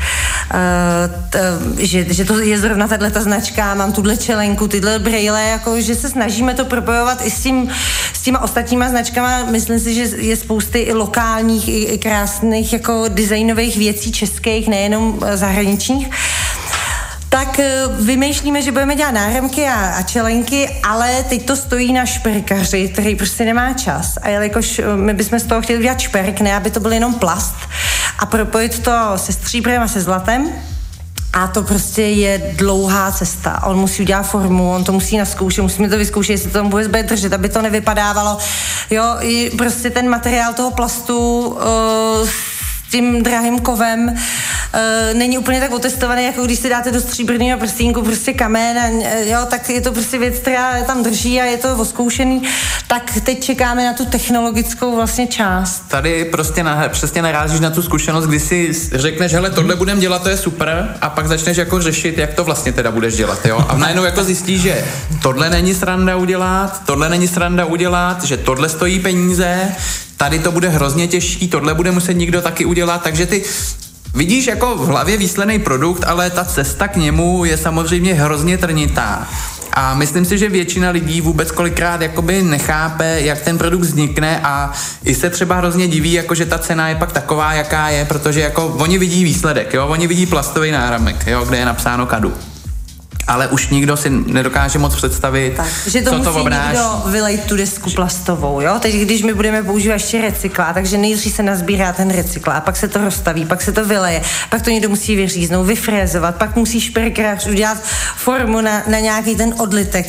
že, že to je zrovna tato značka, mám tuhle čelenku, tyhle brejle, jako, že se snažíme to propojovat i s, tím, s těma ostatníma značkama. Myslím si, že je spousty i lokálních, i, i krásných jako designových věcí českých, nejenom zahraničních. Tak vymýšlíme, že budeme dělat náramky a, a čelenky, ale teď to stojí na šperkaři, který prostě nemá čas. A jelikož my bychom z toho chtěli udělat šperk, ne aby to byl jenom plast a propojit to se stříbrem a se zlatem. A to prostě je dlouhá cesta. On musí udělat formu, on to musí nazkoušet, musíme to vyzkoušet, jestli to tam vůbec bude držet, aby to nevypadávalo. Jo, i prostě ten materiál toho plastu uh, s tím drahým kovem uh, není úplně tak otestovaný, jako když si dáte do stříbrného prstínku prostě kamen, a, jo, tak je to prostě věc, která tam drží a je to oskoušený. Tak teď čekáme na tu technologickou vlastně část. Tady prostě na, přesně narážíš na tu zkušenost, kdy si řekneš, hele, tohle budem dělat, to je super, a pak začneš jako řešit, jak to vlastně teda budeš dělat, jo. A najednou jako zjistíš, že tohle není sranda udělat, tohle není sranda udělat, že tohle stojí peníze, tady to bude hrozně těžký, tohle bude muset někdo taky udělat, takže ty vidíš jako v hlavě výsledný produkt, ale ta cesta k němu je samozřejmě hrozně trnitá. A myslím si, že většina lidí vůbec kolikrát jakoby nechápe, jak ten produkt vznikne a i se třeba hrozně diví, jako že ta cena je pak taková, jaká je, protože jako oni vidí výsledek, jo, oni vidí plastový náramek, jo, kde je napsáno Kadu. Ale už nikdo si nedokáže moc představit, tak, že to co musí to obnáší. někdo vylejt tu desku plastovou, jo? Teď, když my budeme používat ještě recyklát, takže nejdřív se nazbírá ten recyklát, pak se to rozstaví, pak se to vyleje, pak to někdo musí vyříznout, vyfrézovat, pak musí šperkář udělat formu na, na nějaký ten odlitek.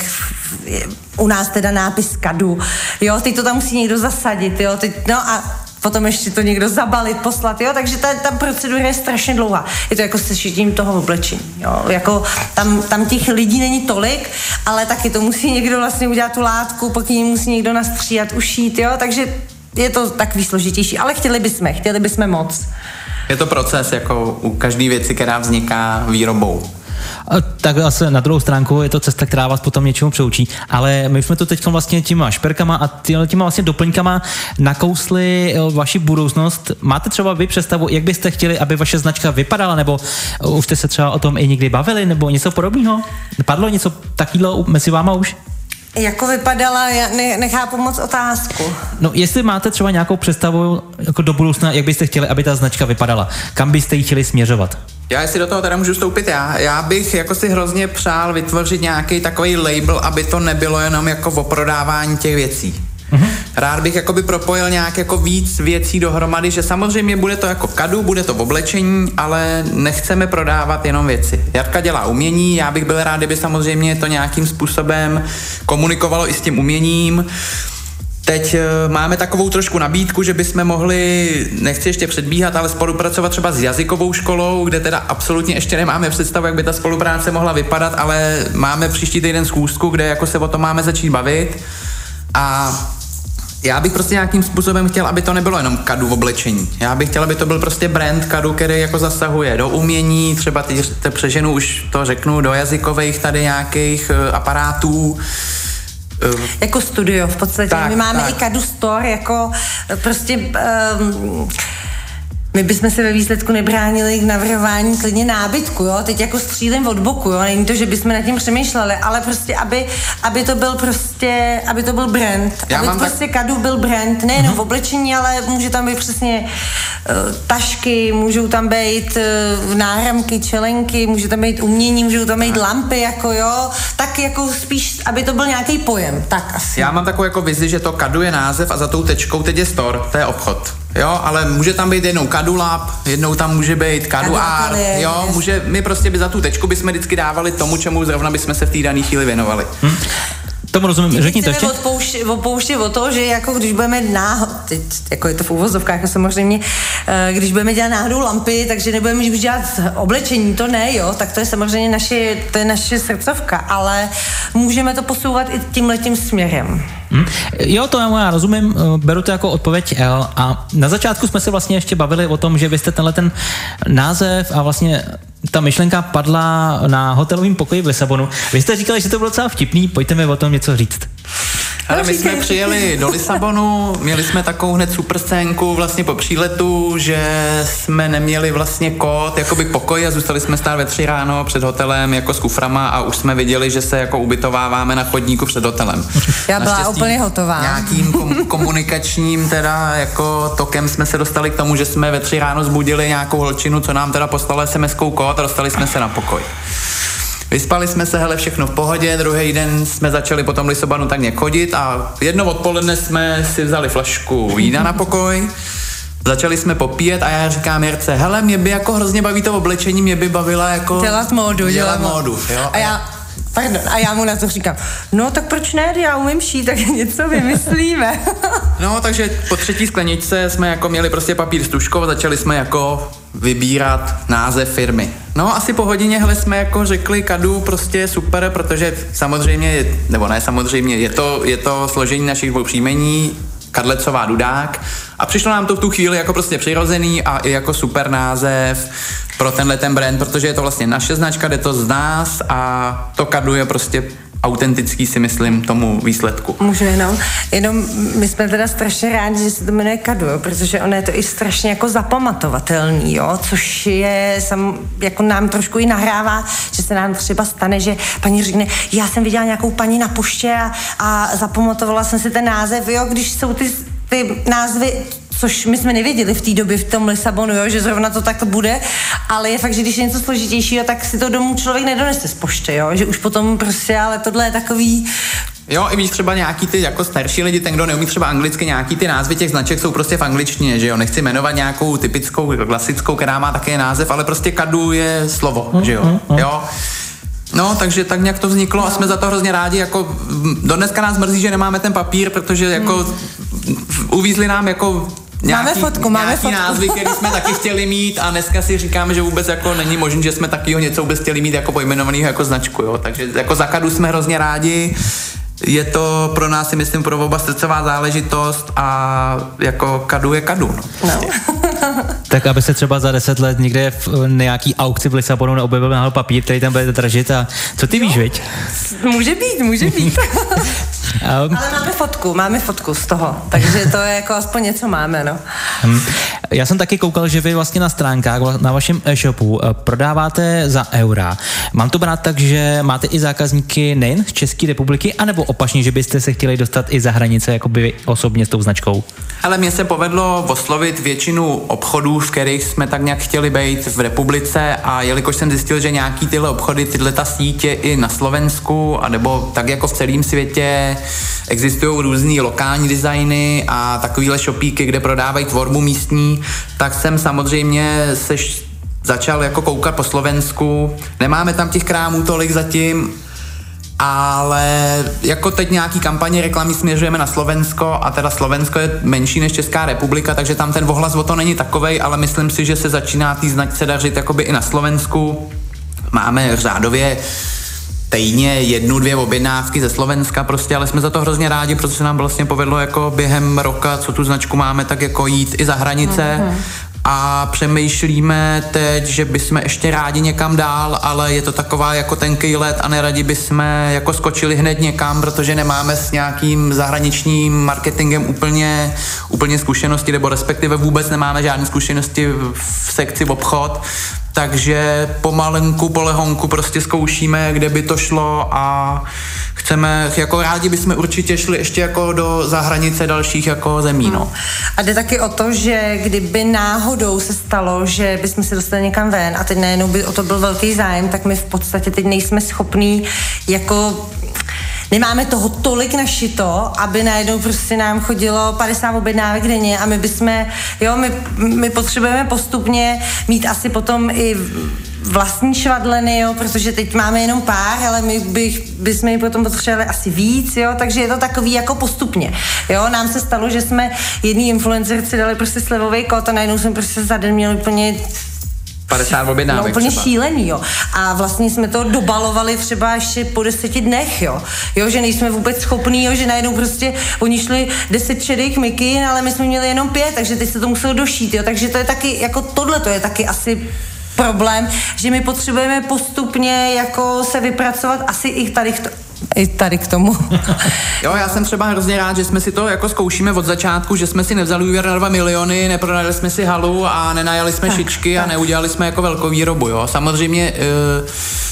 U nás teda nápis Kadu, jo? Teď to tam musí někdo zasadit, jo? Teď, no a potom ještě to někdo zabalit, poslat, jo, takže ta, ta procedura je strašně dlouhá. Je to jako se šitím toho oblečení, jo, jako tam, tam těch lidí není tolik, ale taky to musí někdo vlastně udělat tu látku, pak ji musí někdo nastříhat, ušít, jo, takže je to takový složitější, ale chtěli bychom, chtěli bychom moc. Je to proces, jako u každé věci, která vzniká výrobou. Tak zase na druhou stránku je to cesta, která vás potom něčemu přeučí, ale my jsme to teď vlastně těma šperkama a těma vlastně doplňkama nakousli vaši budoucnost. Máte třeba vy představu, jak byste chtěli, aby vaše značka vypadala, nebo už jste se třeba o tom i někdy bavili, nebo něco podobného? Padlo něco takového mezi váma už? Jako vypadala, já ne, nechápu moc otázku. No, jestli máte třeba nějakou představu jako do budoucna, jak byste chtěli, aby ta značka vypadala? Kam byste ji chtěli směřovat? Já jestli do toho teda můžu vstoupit já. Já bych jako si hrozně přál vytvořit nějaký takový label, aby to nebylo jenom jako o prodávání těch věcí. Mm-hmm. Rád bych jakoby propojil nějak jako víc věcí dohromady, že samozřejmě bude to jako kadu, bude to v oblečení, ale nechceme prodávat jenom věci. Jarka dělá umění, já bych byl rád, kdyby samozřejmě to nějakým způsobem komunikovalo i s tím uměním. Teď uh, máme takovou trošku nabídku, že bychom mohli, nechci ještě předbíhat, ale spolupracovat třeba s jazykovou školou, kde teda absolutně ještě nemáme představu, jak by ta spolupráce mohla vypadat, ale máme příští týden schůzku, kde jako se o tom máme začít bavit. A já bych prostě nějakým způsobem chtěl, aby to nebylo jenom kadu v oblečení. Já bych chtěl, aby to byl prostě brand kadu, který jako zasahuje do umění, třeba teď te přeženu, už to řeknu, do jazykových tady nějakých uh, aparátů. Uh, jako studio v podstatě. Tak, My máme tak. i kadu store, jako prostě... Um, my bychom se ve výsledku nebránili k navrhování klidně nábytku, jo, teď jako střílím od boku, jo, není to, že bychom nad tím přemýšleli, ale prostě, aby, aby to byl prostě, aby to byl brand, Já aby mám prostě tak... kadu byl brand, nejenom mm-hmm. v oblečení, ale může tam být přesně uh, tašky, můžou tam být uh, náramky, čelenky, může tam být umění, můžou tam být lampy, jako jo, tak jako spíš, aby to byl nějaký pojem, tak asi. Já mám takovou jako vizi, že to kadu je název a za tou tečkou teď je store, to je obchod. Jo, ale může tam být jednou Kadu Lab, jednou tam může být Kadu, kadu Art, je, jo, je. může, my prostě by za tu tečku bychom vždycky dávali tomu, čemu zrovna bychom se v té dané chvíli věnovali. Hm. Tomu rozumím, řekni to ještě. Odpouštět odpouště o to, že jako když budeme náhodou, teď jako je to v uvozovkách, jako samozřejmě, když budeme dělat náhodou lampy, takže nebudeme už dělat oblečení, to ne, jo, tak to je samozřejmě naše, to je naše srdcovka, ale můžeme to posouvat i tímhletím směrem. Hmm. Jo, to já rozumím, beru to jako odpověď L. A na začátku jsme se vlastně ještě bavili o tom, že vy jste tenhle ten název a vlastně ta myšlenka padla na hotelovém pokoji v Lisabonu. Vy jste říkali, že to bylo docela vtipný, pojďte mi o tom něco říct. Ale my jsme přijeli do Lisabonu, měli jsme takovou hned super scénku vlastně po příletu, že jsme neměli vlastně kód, jakoby pokoj a zůstali jsme stát ve tři ráno před hotelem jako s kuframa a už jsme viděli, že se jako ubytováváme na chodníku před hotelem. Já byla Naštěstí úplně hotová. Nějakým kom- komunikačním teda jako tokem jsme se dostali k tomu, že jsme ve tři ráno zbudili nějakou holčinu, co nám teda poslala es em eskou kód a dostali jsme se na pokoj. Vyspali jsme se, hele, všechno v pohodě, druhý den jsme začali po tom Lisabonu tak nějak chodit a jedno odpoledne jsme si vzali flašku vína na pokoj, začali jsme popíjet a já říkám Jirce, hele, mě by jako hrozně baví to oblečení, mě by bavila jako... Dělat módu, dělat módu, jo. A já... Pardon, a já mu na to říkám, no tak proč ne, já umím šít, tak něco vymyslíme. No, takže po třetí skleničce jsme jako měli prostě papír s tužkou a začali jsme jako vybírat název firmy. No, asi po hodině, hele, jsme jako řekli Kadu prostě super, protože samozřejmě, nebo ne samozřejmě, je to, je to složení našich dvou příjmení, Kadlecová Dudák a přišlo nám to v tu chvíli jako prostě přirozený a i jako super název pro tenhle ten brand, protože je to vlastně naše značka, jde to z nás a to Kadu je prostě autentický, si myslím, tomu výsledku. Můžu jenom, jenom my jsme teda strašně rádi, že se to jmenuje Kadu, jo, protože ono je to i strašně jako zapamatovatelný, jo, což je, sam, jako nám trošku i nahrává, že se nám třeba stane, že paní řekne, já jsem viděla nějakou paní na poště a, a zapamatovala jsem si ten název, jo, když jsou ty, ty názvy, což my jsme nevěděli v té době v tom Lisabonu, jo, že zrovna to tak bude, ale je fakt, že když je něco složitějšího, tak si to domů člověk nedonese z pošty, jo, že už potom prostě, ale tohle je takový... Jo, i víš, třeba nějaký ty jako starší lidi, ten, kdo neumí třeba anglicky, nějaký ty názvy těch značek jsou prostě v angličtině, že jo, nechci jmenovat nějakou typickou, klasickou, která má také název, ale prostě Kadu je slovo, že jo, jo. No, takže tak nějak to vzniklo a jsme za to hrozně rádi, jako do dneska nás mrzí, že nemáme ten papír, protože jako uvízli nám jako nějaký, máme fotku, máme nějaký fotku. názvy, které jsme taky chtěli mít a dneska si říkáme, že vůbec jako není možné, že jsme takového něco vůbec chtěli mít jako pojmenovaného jako značku, jo, takže jako za Kadu jsme hrozně rádi. Je to pro nás, si myslím, pro oba srdcová záležitost a jako Kadu je Kadu, no. no. Tak aby se třeba za deset let někde v nějaký aukci v Lisabonu neobjevil náhodou papír, který tam bude držet a co ty víš, viď? Může být, může být. Ale máme fotku, máme fotku z toho, takže to je jako aspoň něco máme, no. Hmm. Já jsem taky koukal, že vy vlastně na stránkách, na vašem e-shopu prodáváte za eura. Mám to brát tak, že máte i zákazníky nejen z České republiky, anebo opačně, že byste se chtěli dostat i za hranice, jako by osobně s tou značkou? Ale mně se povedlo oslovit většinu obchodů, v kterých jsme tak nějak chtěli být v republice, a jelikož jsem zjistil, že nějaký tyhle obchody, tyhle ta sítě i na Slovensku, anebo tak jako v celém světě existují různý lokální designy a takovýhle shopíky, kde prodávají tvorbu místní, tak jsem samozřejmě se začal jako koukat po Slovensku. Nemáme tam těch krámů tolik zatím, ale jako teď nějaký kampaně reklamy směřujeme na Slovensko, a teda Slovensko je menší než Česká republika, takže tam ten ohlas o to není takovej, ale myslím si, že se začíná tý značce dařit jakoby i na Slovensku. Máme řádově týdně jednu, dvě objednávky ze Slovenska prostě, ale jsme za to hrozně rádi, protože se nám vlastně povedlo jako během roka, co tu značku máme, tak jako jít i za hranice. Mm-hmm. A přemýšlíme teď, že bychom ještě rádi někam dál, ale je to taková jako tenký let a neradi bychom jako skočili hned někam, protože nemáme s nějakým zahraničním marketingem úplně, úplně zkušenosti, nebo respektive vůbec nemáme žádné zkušenosti v sekci v obchod. Takže pomalenku, polehonku prostě zkoušíme, kde by to šlo, a chceme, jako rádi bychom určitě šli ještě jako do zahranice dalších jako zemí, no. A jde taky o to, že kdyby náhodou se stalo, že bychom se dostali někam ven a teď najednou by o to byl velký zájem, tak my v podstatě teď nejsme schopní jako... Nemáme toho tolik našito, aby najednou prostě nám chodilo padesát objednávek denně, a my bychom, jo, my, my potřebujeme postupně mít asi potom i vlastní švadleny, jo, protože teď máme jenom pár, ale my bych, bychom ji potom potřebovali asi víc, jo, takže je to takový jako postupně, jo, nám se stalo, že jsme jedný influencerci dali prostě slevový kód a najednou jsme prostě za den měli úplně padesát objednávek. No úplně třeba. Šílený, jo. A vlastně jsme to dobalovali třeba ještě po deseti dnech, jo. Jo, že nejsme vůbec schopní, jo, že najednou prostě oni šli deset šedých mikin, ale my jsme měli jenom pět, takže teď se to muselo došít, jo. Takže to je taky, jako tohle to je taky asi problém, že my potřebujeme postupně jako se vypracovat asi i tady k to, i tady k tomu. Jo, já jsem třeba hrozně rád, že jsme si to jako zkoušíme od začátku, že jsme si nevzali úvěr na dva miliony, neprodali jsme si halu a nenajali jsme tak, šičky tak. A neudělali jsme jako velkou výrobu, jo. Samozřejmě uh,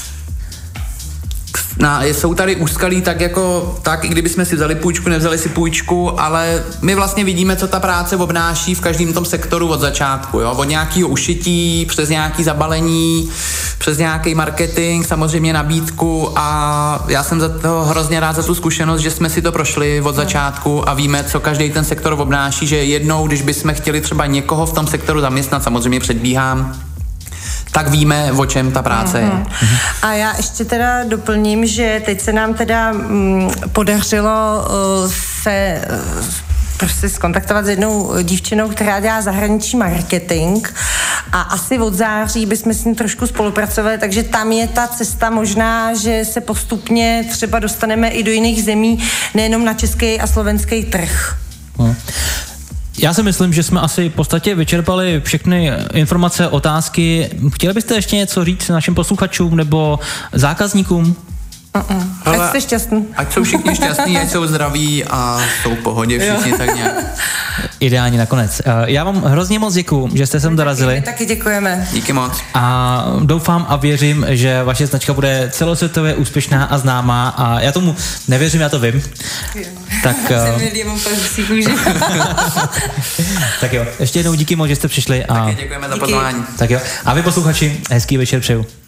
na, jsou tady úskalí tak jako, tak i kdybychom si vzali půjčku, nevzali si půjčku, ale my vlastně vidíme, co ta práce obnáší v každém tom sektoru od začátku, jo, od nějakého ušití, přes nějaký zabalení, přes nějaký marketing, samozřejmě nabídku, a já jsem za to hrozně rád za tu zkušenost, že jsme si to prošli od začátku a víme, co každý ten sektor obnáší, že jednou, když bychom chtěli třeba někoho v tom sektoru zaměstnat, samozřejmě předbíhám, tak víme, o čem ta práce je. Mm-hmm. A já ještě teda doplním, že teď se nám teda mm, podařilo uh, se uh, prostě skontaktovat s jednou dívčinou, která dělá zahraniční marketing, a asi od září bychom s ní trošku spolupracovali, takže tam je ta cesta možná, že se postupně třeba dostaneme i do jiných zemí, nejenom na český a slovenský trh. Hmm. Já si myslím, že jsme asi v podstatě vyčerpali všechny informace, otázky. Chtěli byste ještě něco říct našim posluchačům nebo zákazníkům? Uh-uh. Ať jste šťastný. Ať jsou všichni šťastní, ať jsou zdraví a jsou v pohodě všichni tak nějak. Ideálně nakonec. Já vám hrozně moc děkuju, že jste sem dorazili. My taky děkujeme. Díky moc. A doufám a věřím, že vaše značka bude celosvětově úspěšná a známá, a já tomu nevěřím, já to vím. Tak, uh... tak jo, ještě jednou díky moc, že jste přišli. A... Taky děkujeme za pozvání. Tak jo, a vy posluchači, hezký večer přeju.